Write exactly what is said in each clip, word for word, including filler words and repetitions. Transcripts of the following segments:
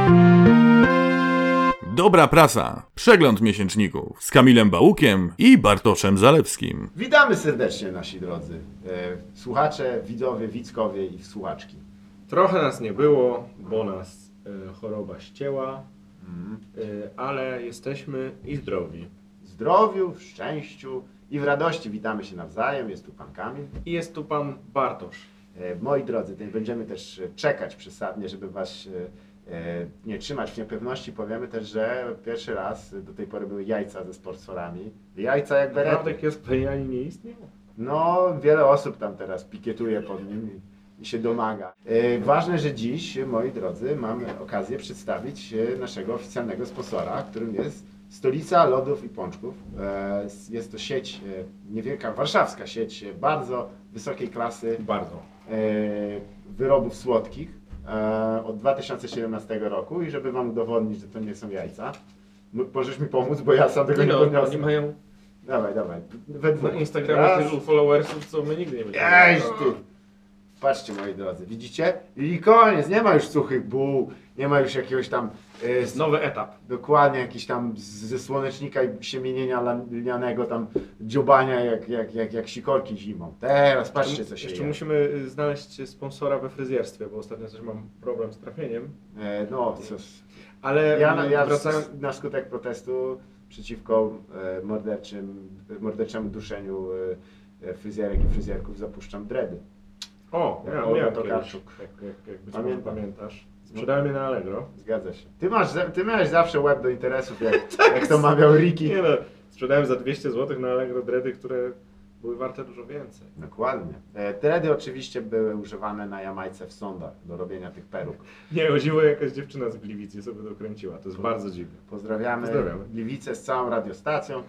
Dobra prasa. Przegląd miesięczników z Kamilem Bałukiem i Bartoszem Zalewskim. Witamy serdecznie, nasi drodzy e, słuchacze, widzowie, widzkowie i słuchaczki. Trochę nas nie było, bo nas e, choroba ścięła, Mm. e, ale jesteśmy i zdrowi. W zdrowiu, w szczęściu i w radości witamy się nawzajem. Jest tu pan Kamil. I jest tu pan Bartosz. E, moi drodzy, tutaj będziemy też e, czekać przesadnie, żeby was e, e, nie trzymać w niepewności. Powiemy też, że pierwszy raz do tej pory były jajca ze sponsorami. Jajca jak Naprawdę berety. kiosk Pejani nie istniał? No, wiele osób tam teraz pikietuje pod nim i, i się domaga. E, ważne, że dziś, moi drodzy, mamy okazję przedstawić e, naszego oficjalnego sponsora, którym jest Stolica Lodów i Pączków. E, jest to sieć, e, niewielka warszawska sieć e, bardzo wysokiej klasy Bardzo. e, wyrobów słodkich e, od dwa tysiące siedemnastego roku i żeby wam udowodnić, że to nie są jajca, m- możesz mi pomóc, bo ja sam tego Nie nie no, podniosę. oni mają Dawaj, dawaj. We dwóch. na Instagramie Raz. tylu followersów, co my nigdy nie będziemy. Ej, ty! Patrzcie, moi drodzy, widzicie? I koniec, nie ma już suchych buł, nie ma już jakiegoś tam, e, z, Nowy etap. dokładnie jakiś tam z- ze słonecznika i siemienienia lnianego tam dziobania jak, jak, jak, jak sikorki zimą. Teraz patrzcie, co się Jeszcze je. musimy y, znaleźć sponsora we fryzjerstwie, bo ostatnio też mam problem z trafieniem. E, no, cóż. Ale Ja, na, ja wracając... s- na skutek protestu przeciwko e, morderczym, morderczemu duszeniu e, e, fryzjerek i fryzjerków zapuszczam dready. O, Jak ja, Olga miałem Tokarczuk. kiedyś, jak, jak, jak być może Pamiętam. pamiętasz. Sprzedałem je na Allegro. Zgadza się. Ty, masz, za- ty miałeś zawsze łeb do interesów, jak, jak to mawiał Ricky. Nie no, sprzedałem za dwieście złotych na Allegro dready, które były warte dużo więcej. Dokładnie. E, Dready oczywiście były używane na Jamajce w sądach do robienia tych peruk. Nie, o dziwo jakaś dziewczyna z Gliwic je sobie dokręciła, to jest bardzo dziwne. Pozdrawiamy, Pozdrawiamy. Gliwice z całą radiostacją.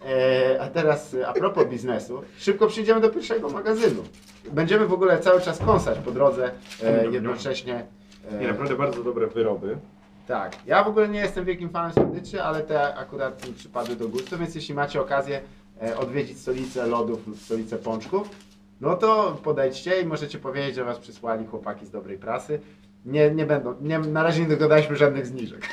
E, a teraz e, a propos biznesu, szybko przejdziemy do pierwszego magazynu. Będziemy w ogóle cały czas kąsać po drodze, e, jednocześnie. E, Nie, naprawdę bardzo dobre wyroby. Tak, ja w ogóle nie jestem wielkim fanem słodyczy, ale te akurat mi przypadły do gustu, więc jeśli macie okazję e, odwiedzić stolicę lodów lub stolicę pączków, no to podejdźcie i możecie powiedzieć, że was przysłali chłopaki z dobrej prasy. Nie, nie będą, nie, na razie nie dogadaliśmy żadnych zniżek.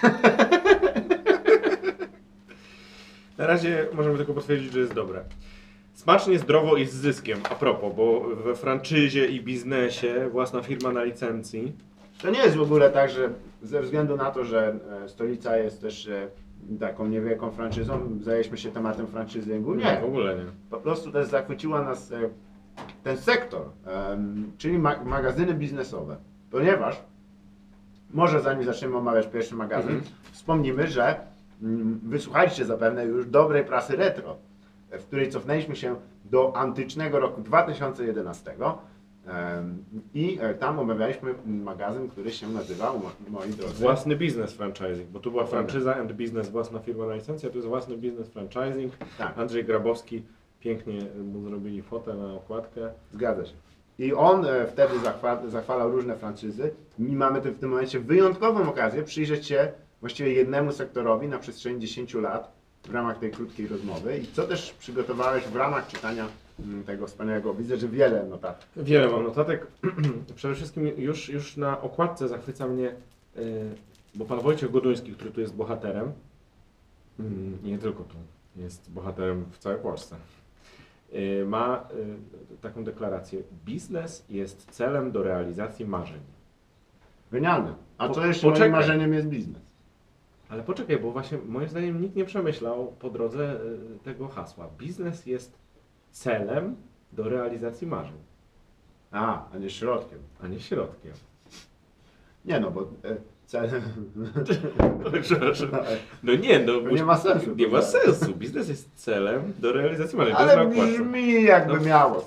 Na razie możemy tylko potwierdzić, że jest dobre. Smacznie, zdrowo i z zyskiem. A propos, bo we franczyzie i biznesie własna firma na licencji. To nie jest w ogóle tak, że ze względu na to, że e, stolica jest też e, taką niewielką franczyzą, zajęliśmy się tematem franczyzingu. Nie, w ogóle nie. po prostu też zachwyciła nas e, ten sektor, em, czyli ma magazyny biznesowe. Ponieważ, może zanim zaczniemy omawiać pierwszy magazyn, Mhm. wspomnimy, że mm, wysłuchaliście zapewne już dobrej prasy retro, e, w której cofnęliśmy się do antycznego roku dwa tysiące jedenastego. em, I e, tam omawialiśmy magazyn, który się nazywał, mo- moi drodzy, Własny biznes franchising, bo tu była franczyza and business, własna firma na licencji, a tu jest własny biznes franchising. tak, Andrzej Grabowski, pięknie mu zrobili fotę na okładkę. zgadza się. I on e, wtedy zachwa zachwalał różne franczyzy. I mamy tu w tym momencie wyjątkową okazję przyjrzeć się właściwie jednemu sektorowi na przestrzeni dziesięciu lat w ramach tej krótkiej rozmowy. I co też przygotowałeś w ramach czytania mm, tego wspaniałego, widzę, że wiele notatek. Wiele mam notatek. Przede wszystkim już, już na okładce zachwyca mnie, yy, bo pan Wojciech Goduński, który tu jest bohaterem, yy, nie tylko tu, jest bohaterem w całej Polsce, yy, ma yy, taką deklarację: biznes jest celem do realizacji marzeń. Genialne. A Po- co jeszcze moim poczekaj. marzeniem jest biznes? Ale poczekaj, bo właśnie moim zdaniem nikt nie przemyślał po drodze yy, tego hasła. Biznes jest celem do realizacji marzeń, A, a nie środkiem. a nie środkiem. Nie no, bo e, cel... Przepraszam. No nie, no To nie ma sensu. Nie ma sensu. Biznes jest celem do realizacji marzeń. To Ale jest na okładce. brzmi jakby No. miało.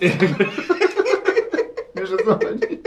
Wiesz o co chodzi?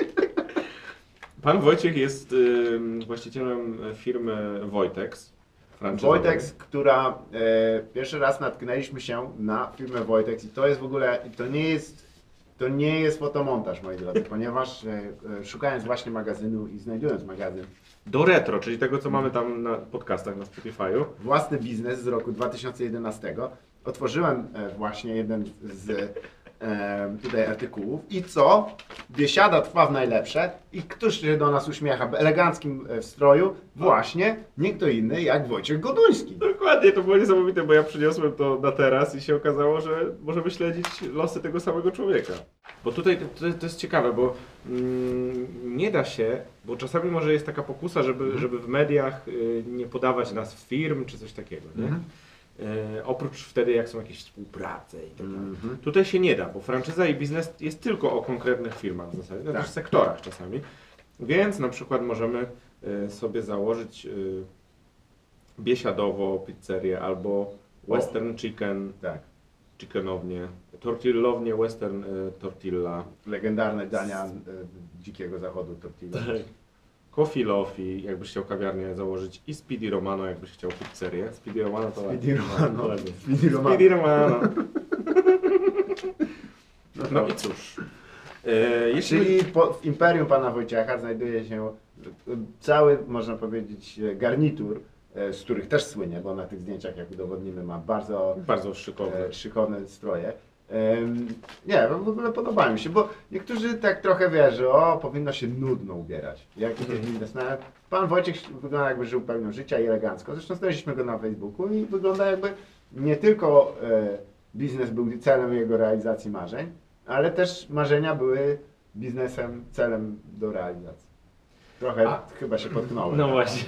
Pan Wojciech jest y, właścicielem firmy Wojtex. franczyzowej. Wojtex, która e, pierwszy raz natknęliśmy się na firmę Wojtex i to jest w ogóle, to nie jest, to nie jest fotomontaż, moi drodzy, ponieważ e, e, szukając właśnie magazynu i znajdując magazyn Do retro, czyli tego, co mamy tam na podcastach na Spotify'u. Własny biznes z roku dwa tysiące jedenastego, otworzyłem e, właśnie jeden z e, tutaj artykułów. I co? Biesiada trwa w najlepsze i któż się do nas uśmiecha w eleganckim e, stroju? Właśnie nie kto inny jak Wojciech Goduński. Dokładnie, to było niesamowite, bo ja przyniosłem to na teraz i się okazało, że możemy śledzić losy tego samego człowieka. Bo tutaj to, to jest ciekawe, bo mm, nie da się, bo czasami może jest taka pokusa, żeby, Mhm. żeby w mediach y, nie podawać nazw firm czy coś takiego, nie? Mhm. E, oprócz wtedy, jak są jakieś współprace i tak dalej. Mhm. Tutaj się nie da, bo franczyza i biznes jest tylko o konkretnych firmach w zasadzie, no Tak. też sektorach czasami. Więc na przykład możemy e, sobie założyć e, biesiadowo pizzerię albo western chicken, Tak. chickenownię, tortillownię western e, tortilla, Legendarne dania e, dzikiego zachodu tortilla. Coffee Lofi, jakbyś chciał kawiarnię założyć i Speedy Romano, jakbyś chciał pizzerię. Speedy Romano to Speedy Romano. ładnie. Speedy Romano. Speedy Romano. No i cóż. E, jeśli... Czyli po, w imperium pana Wojciecha znajduje się e, cały, można powiedzieć, e, garnitur, e, z których też słynie, bo na tych zdjęciach, jak udowodnimy, ma bardzo Bardzo szykowny. e, szykowne stroje. Em, nie, w ogóle podobają mi się, bo niektórzy tak trochę wierzą, o, powinno się nudno ubierać. Jak jakieś biznesmeny. Pan Wojciech wygląda jakby żył pełnią życia i elegancko. Zresztą znaleźliśmy go na Facebooku i wygląda jakby nie tylko e, biznes był celem jego realizacji marzeń, ale też marzenia były biznesem, celem do realizacji. Trochę A- chyba się potknąłem. No właśnie.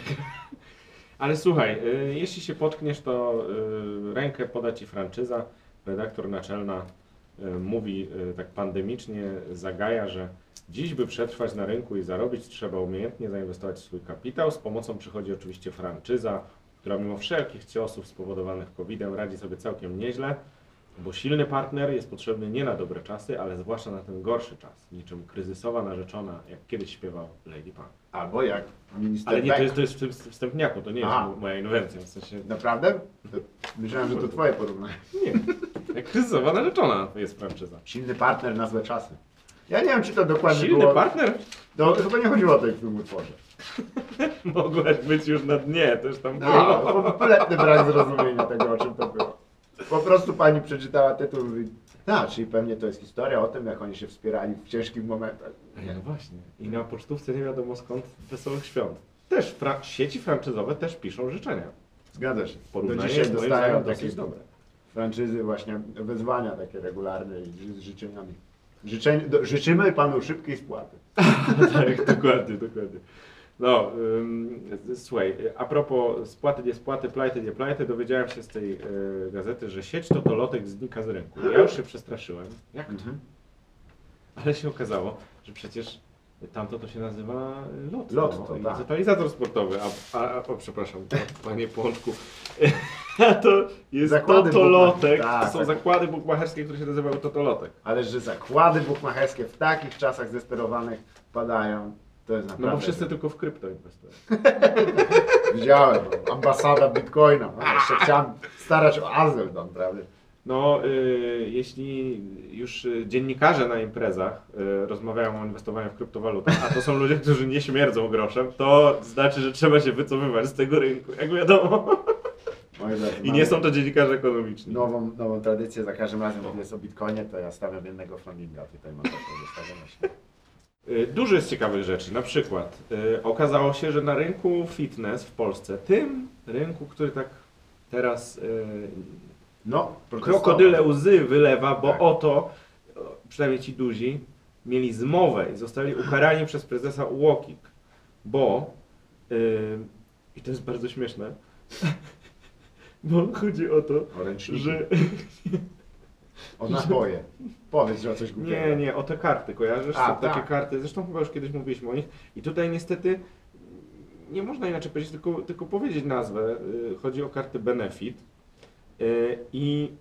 Ale słuchaj, y, jeśli się potkniesz, to y, rękę poda ci franczyza. Redaktor naczelna y, mówi y, tak pandemicznie, zagaja, że dziś, by przetrwać na rynku i zarobić, trzeba umiejętnie zainwestować w swój kapitał. Z pomocą przychodzi oczywiście franczyza, która mimo wszelkich ciosów spowodowanych kowidem radzi sobie całkiem nieźle, bo silny partner jest potrzebny nie na dobre czasy, ale zwłaszcza na ten gorszy czas, niczym kryzysowa narzeczona, jak kiedyś śpiewał Lady Punk. Albo jak minister Ale nie, Beck. to jest, to jest w tym wstępniaku, to nie jest Aha. moja inwencja, w sensie... Naprawdę? To myślałem, że to twoje porównanie. Nie. Jak kryzysowa narzeczona jest franczyza. Silny partner na złe czasy. Ja nie wiem, czy to dokładnie Silny było... partner? To chyba nie chodziło o to, jak w tym utworze. Mogłeś być już na dnie, też tam No, było. kompletny brak zrozumienia tego, o czym to było. Po prostu pani przeczytała tytuł i mówi, no, czyli pewnie to jest historia o tym, jak oni się wspierali w ciężkich momentach. Ej, no właśnie. I na pocztówce nie wiadomo skąd wesołych świąt. Też fra- sieci franczyzowe też piszą życzenia. Zgadza się. Do Porównanie dzisiaj jest moim dostają zdaniem takie dosyć dobre. franczyzy właśnie wezwania takie regularne i ży- z życzeniami. Życzeń, do, życzymy panu szybkiej spłaty. Tak, dokładnie, dokładnie. No, ym, słuchaj, a propos spłaty, nie spłaty, plajty, nie plajty, dowiedziałem się z tej y, gazety, że sieć Totolotek znika z rynku. Ja już się przestraszyłem. Jak to? Mhm. Ale się okazało, że przecież tamto to się nazywa Lotto. Lotto, i tak. totalizator sportowy. A, a, a o, przepraszam, panie Pączku. A to jest Zakłady Totolotek. bukma- tak, to są tak. zakłady bukmacherskie, które się nazywały Totolotek. Ale że zakłady bukmacherskie w takich czasach zdesperowanych padają, to jest naprawdę... No bo wszyscy tylko w krypto inwestują. Widziałem, no, ambasada Bitcoina. No, jeszcze chciałem starać o azyl tam, prawda? No, y, jeśli już y, dziennikarze na imprezach y, rozmawiają o inwestowaniu w kryptowalutach, a to są ludzie, którzy nie śmierdzą groszem, to znaczy, że trzeba się wycofywać z tego rynku, jak wiadomo. Moi drodzy, I mamy nie są to dziennikarze ekonomiczni. Nową, nową tradycję, za każdym razem, kiedy jest o Bitcoinie, to ja stawiam jednego flaminga. Tutaj mam taką zostawione. Y, Dużo jest ciekawych rzeczy. Na przykład y, okazało się, że na rynku fitness w Polsce, tym rynku, który tak teraz y, No, krokodyle łzy wylewa, bo Tak. oto, o, przynajmniej ci duzi, mieli zmowę i zostali ukarani przez prezesa U O K I K, bo, y, i to jest bardzo śmieszne, bo chodzi o to, O ręczniki. że... O napoje. Powiedz, że o coś głupiego. Nie, nie, o te karty, kojarzysz? A, Są takie tak. karty, zresztą chyba już kiedyś mówiliśmy o nich i tutaj niestety nie można inaczej powiedzieć, tylko, tylko powiedzieć nazwę. Y, Chodzi o karty Benefit y, i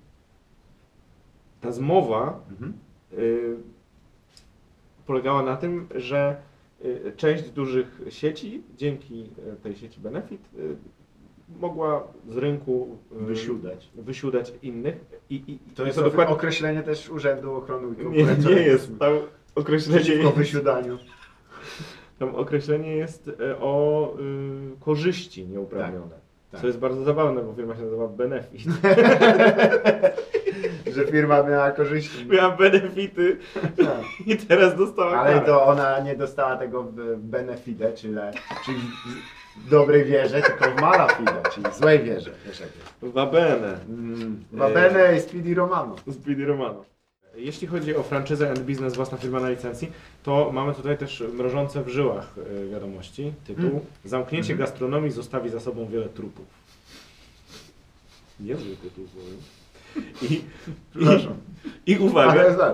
ta zmowa Mhm. y, polegała na tym, że y, część dużych sieci dzięki y, tej sieci Benefit y, mogła z rynku y, Wysiudać. wysiudać innych i, i To i jest to dokładnie określenie też Urzędu Ochrony nie, Konkurencji. nie jest. Tam określenie, Przeciwko wysiudaniu. tam określenie jest e, o y, korzyści nieuprawnione. tak. Co jest bardzo zabawne, bo firma się nazywa Benefit. że firma miała korzyści. Miała benefity i teraz dostała Ale karę. to ona nie dostała tego w benefite, czyli, czyli w dobrej wierze, tylko w malafide, czyli w złej wierze. Wiesz jak jest. Va bene. Mm, Va bene i Speedy Romano. Speedy Romano. Jeśli chodzi o franczyzę and business, własna firma na licencji, to mamy tutaj też mrożące w żyłach y, wiadomości. Tytuł Mm. Zamknięcie gastronomii zostawi za sobą wiele trupów. Niezły tytuł, powiem. I, Przepraszam. i, i uwaga, Ale ale, zaraz.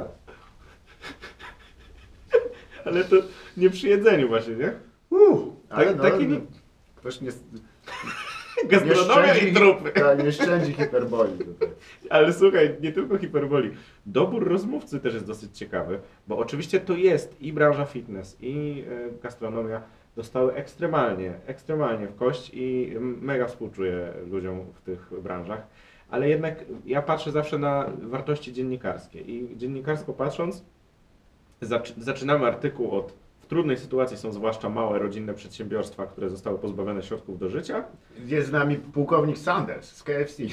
to nie przy jedzeniu właśnie, nie? Uh, ale Tak, no, takie nie... ktoś nie, nie, Gastronomia szczędzi, i trupy. tak, nie szczędzi hiperboli tutaj. Ale słuchaj, nie tylko hiperboli. Dobór rozmówcy też jest dosyć ciekawy, bo oczywiście to jest i branża fitness, i y, gastronomia dostały ekstremalnie, ekstremalnie w kość i mega współczuję ludziom w tych branżach. Ale jednak ja patrzę zawsze na wartości dziennikarskie i dziennikarsko patrząc zaczy, zaczynamy artykuł od w trudnej sytuacji są zwłaszcza małe rodzinne przedsiębiorstwa, które zostały pozbawione środków do życia. Jest z nami pułkownik Sanders z K F C.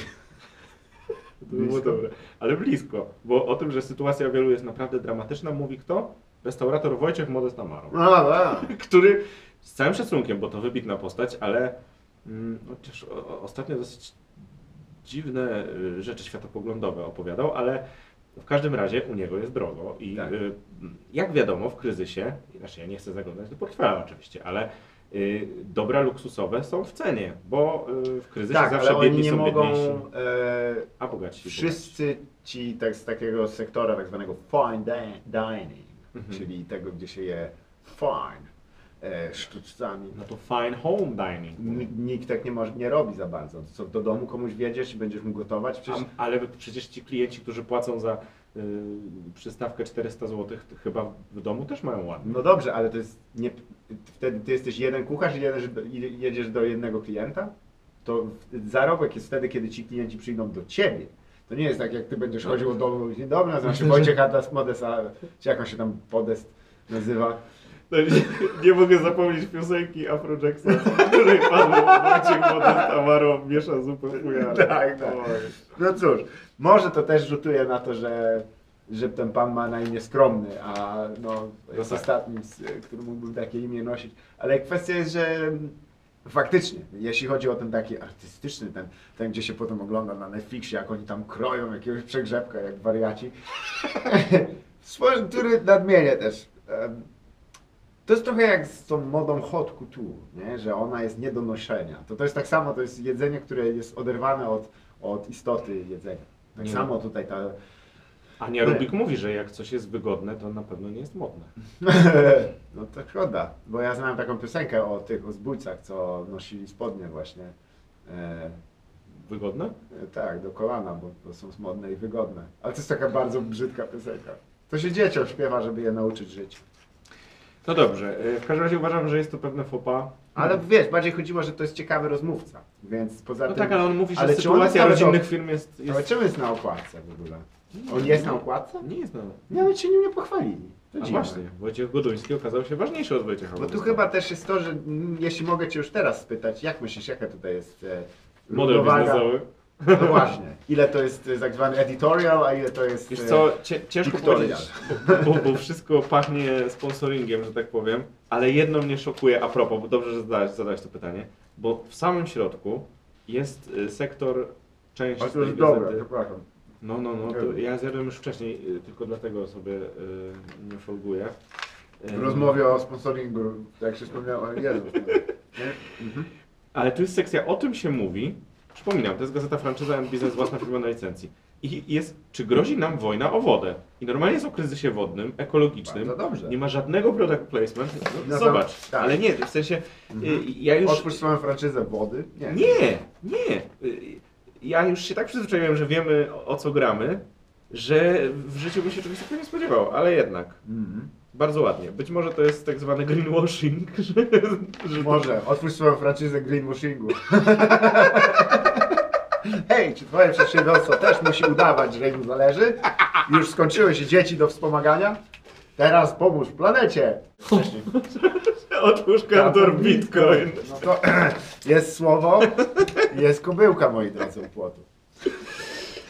To by było dobre. Ale blisko, bo o tym, że sytuacja wielu jest naprawdę dramatyczna, mówi kto? Restaurator Wojciech Modest Amaro, No, no. który z całym szacunkiem, bo to wybitna postać, ale mm, chociaż o, o, ostatnio dosyć dziwne y, rzeczy światopoglądowe opowiadał, ale w każdym razie u niego jest drogo i Tak. y, jak wiadomo w kryzysie, znaczy ja nie chcę zaglądać do portfela oczywiście, ale y, dobra luksusowe są w cenie, bo y, w kryzysie Tak, zawsze ale oni biedni nie są mogą, biedniejsi, e, a bogatsi. wszyscy ci tak, z takiego sektora tak zwanego fine di- dining, Mhm. czyli tego, gdzie się je fine, e, sztuczcami. No to fine home dining. N- Nikt tak nie, może, nie robi za bardzo. Co do domu komuś wiedziesz i będziesz mu gotować? Przecież A, ale przecież ci klienci, którzy płacą za y, przystawkę czterysta złotych, to chyba w domu też mają ładnie. no dobrze, ale to jest nie, wtedy ty jesteś jeden kucharz i jedziesz do, i jedziesz do jednego klienta? To zarobek jest wtedy, kiedy ci klienci przyjdą do ciebie. To nie jest tak, jak ty będziesz chodził do domu. Dzień dobry, nazywam się Wojciech Atlas Modest, a czy jak on się tam Podest nazywa? No, nie, nie mogę zapomnieć piosenki Afro Jacksona, w której padło Wojciech Modest Amaro miesza zupę w chujarze. Tak, tak. Oj. No cóż, może to też rzutuje na to, że, że ten pan ma na imię skromny, a no, jest tak. ostatnim, z- który mógłby takie imię nosić. Ale kwestia jest, że faktycznie, jeśli chodzi o ten taki artystyczny, ten, ten gdzie się potem ogląda na Netflixie, jak oni tam kroją jakiegoś przegrzebka, jak wariaci, swoim, który nadmienię też. em, To jest trochę jak z tą modą hot couture, nie? Że ona jest nie do noszenia. To, to jest tak samo, to jest jedzenie, które jest oderwane od, od istoty jedzenia. Tak Nie. samo tutaj ta... Ania Rubik mówi, że jak coś jest wygodne, to na pewno nie jest modne. No to szkoda, bo ja znałem taką piosenkę o tych, o zbójcach, co nosili spodnie właśnie. E, Wygodne? e, tak, do kolana, bo, bo są modne i wygodne. Ale to jest taka bardzo brzydka piosenka. To się dzieciom śpiewa, żeby je nauczyć żyć. No dobrze, y, w każdym razie uważam, że jest to pewne faux pas. Ale wiesz, bardziej chodziło, że to jest ciekawy rozmówca, więc poza No tym... tak, ale on mówi, że ale czy on sytuacja jest rodzinnych nawet- firm jest... Ale jest... czemu jest na okładce w ogóle? On jest na okładce? Nie jest na... Nawet się nim nie pochwalili. To A dziwne. właśnie, Wojciech Goduński okazał się ważniejszy od Wojciecha Bo tu Modesta. chyba też jest to, że mm, jeśli mogę Cię już teraz spytać, jak myślisz, jaka tutaj jest e, Model równowaga? biznesowy. No właśnie. Ile to jest e, tak zwany editorial, a ile to jest... Wiesz e, co, cie, ciężko Victoria. powiedzieć, bo, bo, bo wszystko pachnie sponsoringiem, że tak powiem, ale jedno mnie szokuje a propos, bo dobrze, że zadałeś, zadałeś to pytanie, bo w samym środku jest y, sektor, część A to tej jest dobre, gazety. przepraszam. No, no, no, to ja zjadłem już wcześniej, y, tylko dlatego sobie y, nie folguję. Y, W rozmowie o sponsoringu, jak się wspomniało, o Jezu. Nie? Mhm. Ale tu jest sekcja, o tym się mówi. Przypominam, to jest gazeta Franczyza and Business, własna firma na licencji. I jest, czy grozi nam wojna o wodę? I normalnie jest o kryzysie wodnym, ekologicznym. Bardzo dobrze. Nie ma żadnego product placement. No, No to- zobacz, tak. ale nie, w sensie, Mhm. y, ja już... Otwórz swoją franczyzę wody? Nie. Nie, nie. Y, Ja już się tak przyzwyczaiłem, że wiemy o, o co gramy, że w życiu bym się czegoś takiego nie spodziewał, ale jednak. Mhm. Bardzo ładnie. Być może to jest tak zwany greenwashing, że, że Może, otwórz swoją franczyzę greenwashingu. Hej, czy twoje przedsiębiorstwo też musi udawać, że im zależy? Już skończyły się dzieci do wspomagania? Teraz pomóż planecie! Wcześniej. Otwórz kantor Bitcoin. No to jest słowo, jest kobyłka, moi drodzy, u płotu.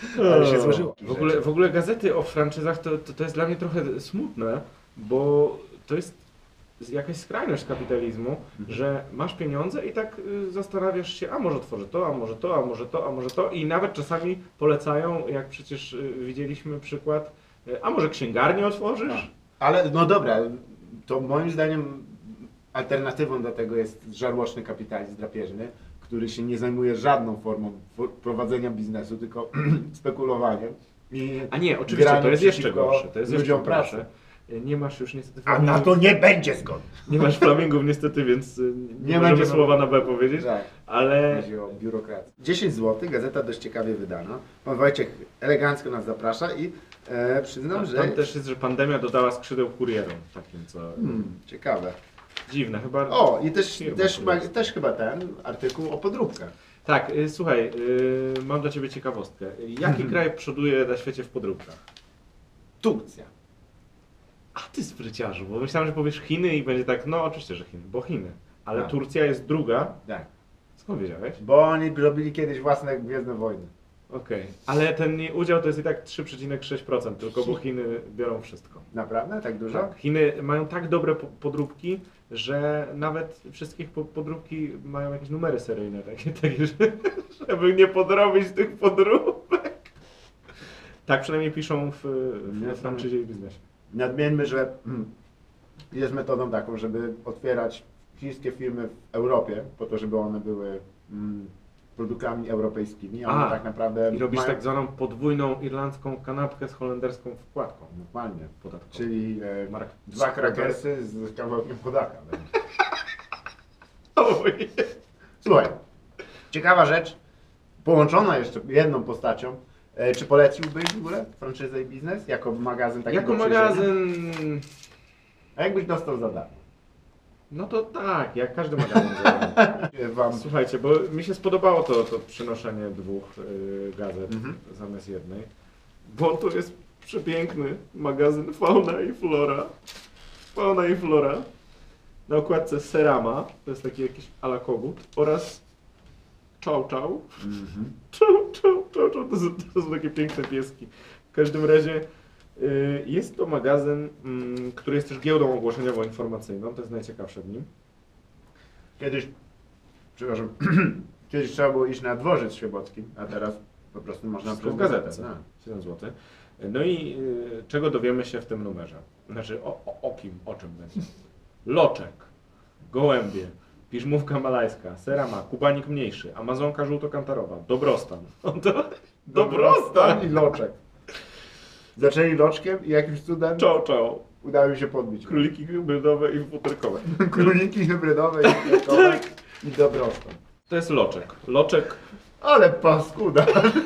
Ale się złożyło. W ogóle, w ogóle gazety o franczyzach to, to, to jest dla mnie trochę smutne, bo to jest jakaś skrajność kapitalizmu, Mhm. że masz pieniądze i tak y, zastanawiasz się, a może tworzę to, a może to, a może to, a może to i nawet czasami polecają, jak przecież y, widzieliśmy przykład, y, a może księgarnię otworzysz? Ale no dobra, to moim zdaniem alternatywą do tego jest żarłoczny kapitalizm drapieżny, który się nie zajmuje żadną formą for- prowadzenia biznesu, tylko spekulowaniem. I A nie, oczywiście, graniu to jest jeszcze przeciwko gorsze, to jest jeszcze ludziom pracy. gorsze. Y, Nie masz już niestety A na flamingów, to nie będzie zgody. nie masz flamingów niestety, więc y, nie, Nie możemy będzie słowa na B powiedzieć, Tak. ale Chodzi o biurokrację. dziesięć złotych, gazeta dość ciekawie wydana. Pan Wojciech elegancko nas zaprasza i e, przyznam, tam, że... tam też jest, że pandemia dodała skrzydeł kurierom, takim co... Hmm, ciekawe. Dziwne, chyba... O, i też, firma też, ma, kurierska. też chyba ten artykuł o podróbkach. Tak, y, słuchaj, y, mam dla Ciebie ciekawostkę. Jaki kraj przoduje na świecie w podróbkach? Turcja. A Ty spryciarzu, bo myślałem, że powiesz Chiny i będzie tak, no oczywiście, że Chiny, bo Chiny. Ale Tak. Turcja jest druga. Tak. Skąd wiedziałeś? Bo oni robili kiedyś własne Gwiezdne Wojny. Okej. Ale ten nie- udział to jest i tak trzy przecinek sześć procent, tylko bo Chiny biorą wszystko. Naprawdę? Tak dużo? Tak. Chiny mają tak dobre po- podróbki, że nawet wszystkich po- podróbki mają jakieś numery seryjne takie, takie że, żeby nie podrobić tych podróbek. Tak przynajmniej piszą w, Nie, w franczyzie i biznesie. Nadmieńmy, że hmm, jest metodą taką, żeby otwierać chińskie firmy w Europie, po to, żeby one były mm, produktami europejskimi, a one A, tak naprawdę I robisz mają... tak zwaną podwójną irlandzką kanapkę z holenderską wkładką Normalnie. podatkową. Czyli e, Mark dwa Zuckerberg. krakersy z kawałkiem podaka. Oj. Słuchaj, ciekawa rzecz, połączona jeszcze jedną postacią. E, czy poleciłbyś w ogóle franczyzę i biznes jako magazyn takiego Jako przejrzenia? magazyn... A jakbyś dostał za darmo? No to tak, jak każdy magazyn. zaraz. E, Wam... Słuchajcie, bo mi się spodobało to, to przynoszenie dwóch y, gazet Mhm. zamiast jednej, bo to jest przepiękny magazyn Fauna i Flora. Fauna i Flora. Na okładce Serama, to jest taki jakiś ala kogut, oraz Chow Chow. Mhm. Chow Chow, Chow Chow, to są, to są takie piękne pieski. W każdym razie y, jest to magazyn, mm, który jest też giełdą ogłoszeniową-informacyjną, to jest najciekawsze w nim. Kiedyś, przepraszam, kiedyś trzeba było iść na dworzec świebocki, a teraz po prostu można Wszystko w przez gazetce. No. siedem złotych. No i y, czego dowiemy się w tym numerze? Znaczy o, o, o kim, o czym będzie? Loczek, gołębie, piżmówka malajska, serama, kubanik mniejszy, amazonka żółtokantarowa, dobrostan. To, dobrostan! i loczek. Zaczęli loczkiem i jakimś cudem Czoł, czoł. udało mi się podbić. Króliki hybrydowe i futerkowe. Króliki hybrydowe i hybrydowe i dobrostan. To jest loczek. Loczek Ale paskuda.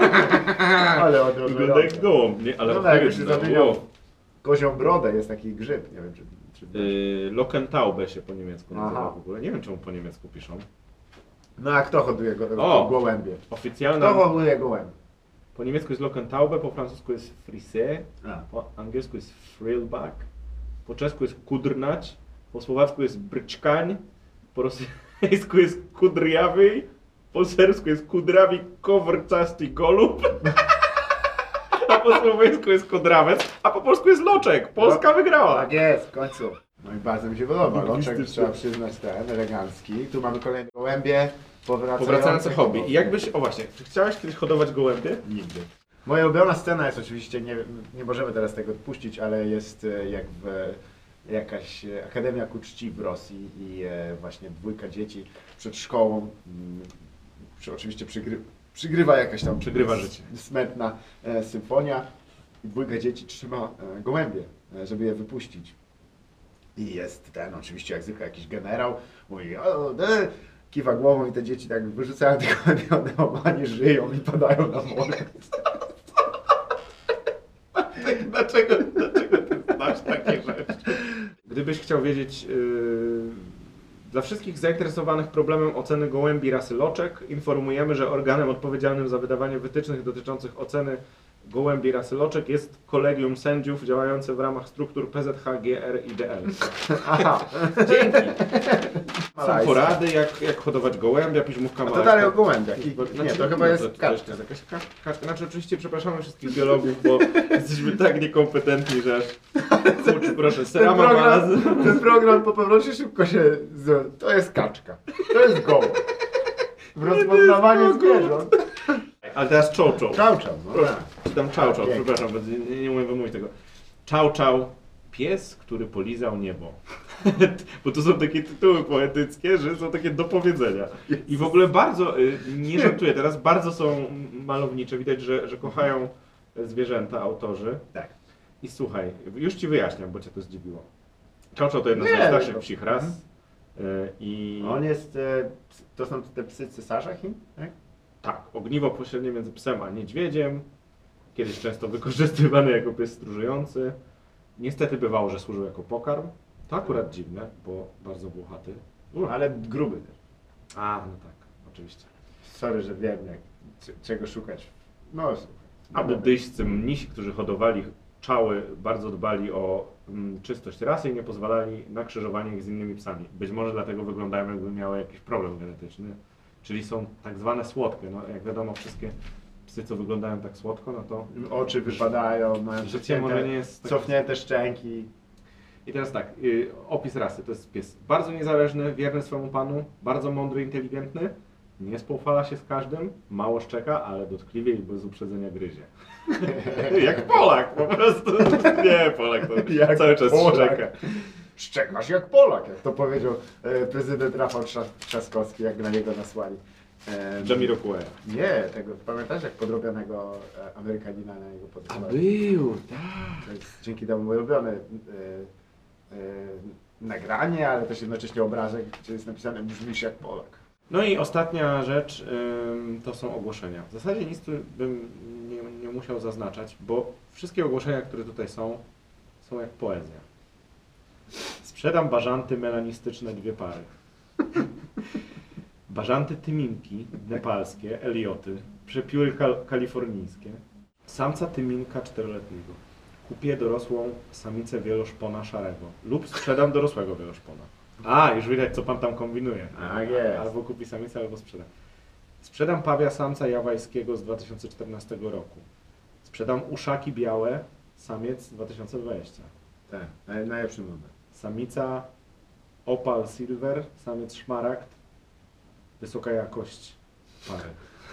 Ale odrożę wygląda jak gołąb, nie? Ale No tak, jakby się odpowiednio. zamieniał Wow. w kozią brodę, jest taki grzyb, nie wiem czy... czy... Yy, Lokentaube się po niemiecku nazywa Aha. w ogóle. Nie wiem czemu po niemiecku piszą. No a kto hoduje go, O! gołębie? Oficjalna... Kto hoduje gołębie? Po niemiecku jest Lokentaube, po francusku jest frisé, A. po angielsku jest frillback, po czesku jest kudrnać, po słowacku jest bryczkań, po rosyjsku jest kudrjawy, po serbsku jest kudrawi kowrcasty golub, a po słoweńsku jest kodrawec, a po polsku jest loczek. Polska wygrała. Tak jest, w końcu. No i bardzo mi się podoba. Loczek Lingwistyczny. trzeba przyznać ten, elegancki. Tu mamy kolejne gołębie, powracające. Powracające hobby. I jakbyś, o właśnie, czy chciałeś kiedyś hodować gołębie? Nigdy. Moja ulubiona scena jest oczywiście, nie, nie możemy teraz tego odpuścić, ale jest e, jak w jakaś e, Akademia ku czci w Rosji i e, właśnie dwójka dzieci przed szkołą, mm, przy, oczywiście przygry, przygrywa jakaś tam Przygrywa s- życie. smętna e, symfonia i dwójka dzieci trzyma e, gołębie, e, żeby je wypuścić. I jest ten, oczywiście jak zwykle jakiś generał, mówi o, de, kiwa głową i te dzieci tak wyrzucają te gołębie, one oba nie żyją i padają na morze. Dlaczego, dlaczego ty znasz takie rzeczy? Gdybyś chciał wiedzieć, yy, dla wszystkich zainteresowanych problemem oceny gołębi rasy loczek, informujemy, że organem odpowiedzialnym za wydawanie wytycznych dotyczących oceny gołębi rasy loczek jest kolegium sędziów działające w ramach struktur P Z H, G R i D L. Aha. Dzięki! Są Malajskie. porady, jak, jak hodować gołębia, piśmówka A to malajska. dalej o gołębiach. I, Znaczy, nie, to chyba no jest to, to kaczka. jest jakaś ka- kaczka. Znaczy oczywiście przepraszamy wszystkich biologów, bo jesteśmy tak niekompetentni, że aż... Kurczę, proszę, Ten serama program, malazy. ten program po powrocie szybko się... z- To jest kaczka. To jest gołąb. W rozpoznawaniu zwierząt. Ale teraz czoł czoł. Czał, czał. No Proszę, tak. czy tam czał czał, Pięknie. przepraszam, bo nie, nie umiem wymówić tego. Czał czał, pies, który polizał niebo. Bo to są takie tytuły poetyckie, że są takie do powiedzenia. I w ogóle bardzo, y, nie żartuję teraz, bardzo są malownicze. Widać, że, że kochają zwierzęta autorzy. Tak. I słuchaj, już ci wyjaśniam, bo cię to zdziwiło. Czał czał to jedna z Nie, najstarszych to- psich ras. Y, I On jest... e, ps- To są te psy cesarza Chin? Tak? tak, ogniwo pośrednie między psem a niedźwiedziem. Kiedyś często wykorzystywany jako pies stróżujący. Niestety bywało, że służył jako pokarm. To akurat dziwne, bo bardzo włochaty. U, Ale gruby też. A, no tak, oczywiście. Sorry, że wiem jak, c- czego szukać. No słuchaj. A buddyjscy mnisi, którzy hodowali czały, bardzo dbali o mm, czystość rasy i nie pozwalali na krzyżowanie ich z innymi psami. Być może dlatego wyglądają, jakby miały jakiś problem genetyczny. Czyli są tak zwane słodkie. No, jak wiadomo, wszystkie psy, co wyglądają tak słodko, no to Oczy wypadają, mają życie może nie jest tak... cofnięte szczęki. I teraz tak, y, opis rasy to jest pies bardzo niezależny, wierny swemu panu, bardzo mądry, inteligentny, nie spoufala się z każdym, mało szczeka, ale dotkliwie i bez uprzedzenia gryzie. Jak Polak po prostu. Nie, Polak to Jak cały czas Polak. szczeka. Szczekasz jak Polak, jak to powiedział e, prezydent Rafał Trza- Trzaskowski, jak na niego nasłali. E, Jamiroquai. Nie, tego, pamiętasz jak podrobionego e, Amerykanina na niego podesłali? był, tak. To jest dzięki temu ulubione e, e, nagranie, ale też jednocześnie obrazek, gdzie jest napisane brzmisz jak Polak. No i ostatnia rzecz ym, to są ogłoszenia. W zasadzie nic tu bym nie, nie musiał zaznaczać, bo wszystkie ogłoszenia, które tutaj są, są jak poezja. Sprzedam bażanty melanistyczne dwie pary. Bażanty tyminki nepalskie, elioty, przepióry kal kalifornijskie. Samca tyminka czteroletniego. Kupię dorosłą samicę wieloszpona szarego lub sprzedam dorosłego wieloszpona. A, już widać, co pan tam kombinuje. Tak jest. Albo kupi samicę, albo sprzeda. Sprzedam pawia samca jawajskiego z dwa tysiące czternastego roku. Sprzedam uszaki białe, samiec dwa tysiące dwudziesty. Tak, naj- najlepszy numer. Samica opal silver, samiec szmaragd, wysoka jakość pary.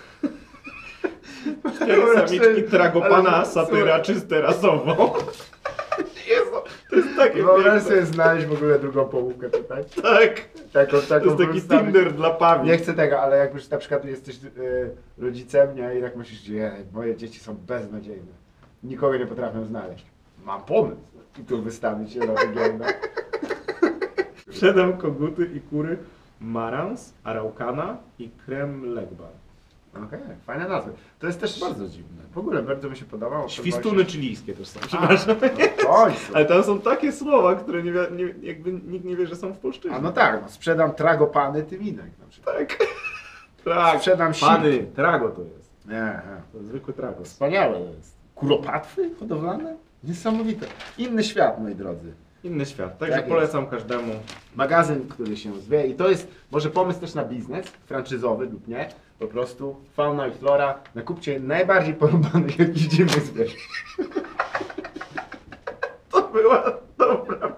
Cztery samiczki tragopana, ale- satyra, czyste rasowo. Jezu, to jest takie Wyobraź piękne. sobie znaleźć w ogóle drugą połówkę tutaj. Tak, Taką, to taką jest taki postawić. Tinder dla pawi. Nie chcę tego, ale jak już na przykład jesteś y, rodzicem, nie, i tak myślisz, że moje dzieci są beznadziejne. Nikogo nie potrafią znaleźć. Mam pomysł. I tu wystawić się na wygląda. Sprzedam koguty i kury Marans, Araucana i Krem Legbar. Okej, fajne nazwy. To jest też Bardzo dziwne. w ogóle bardzo mi się podobało. Świstuny chilijskie też są, przepraszam. W końcu. Ale tam są takie słowa, które nie, wi- nie, jakby nikt nie wie, że są w polszczyźnie. A no tak, no, sprzedam tragopany tyminek na przykład. Tak. Tak. Sprzedam Pany, trago to jest. Nie, nie. To jest zwykły trago. Wspaniałe to jest. Kuropatwy hodowlane? Niesamowite. Inny świat, moi drodzy. Inny świat. Także Tak polecam każdemu. Magazyn, który się zwie i to jest może pomysł też na biznes, franczyzowy lub nie. Po prostu fauna i flora. Nakupcie najbardziej porąbanych jakichś dziwnych zwierząt. To była dobra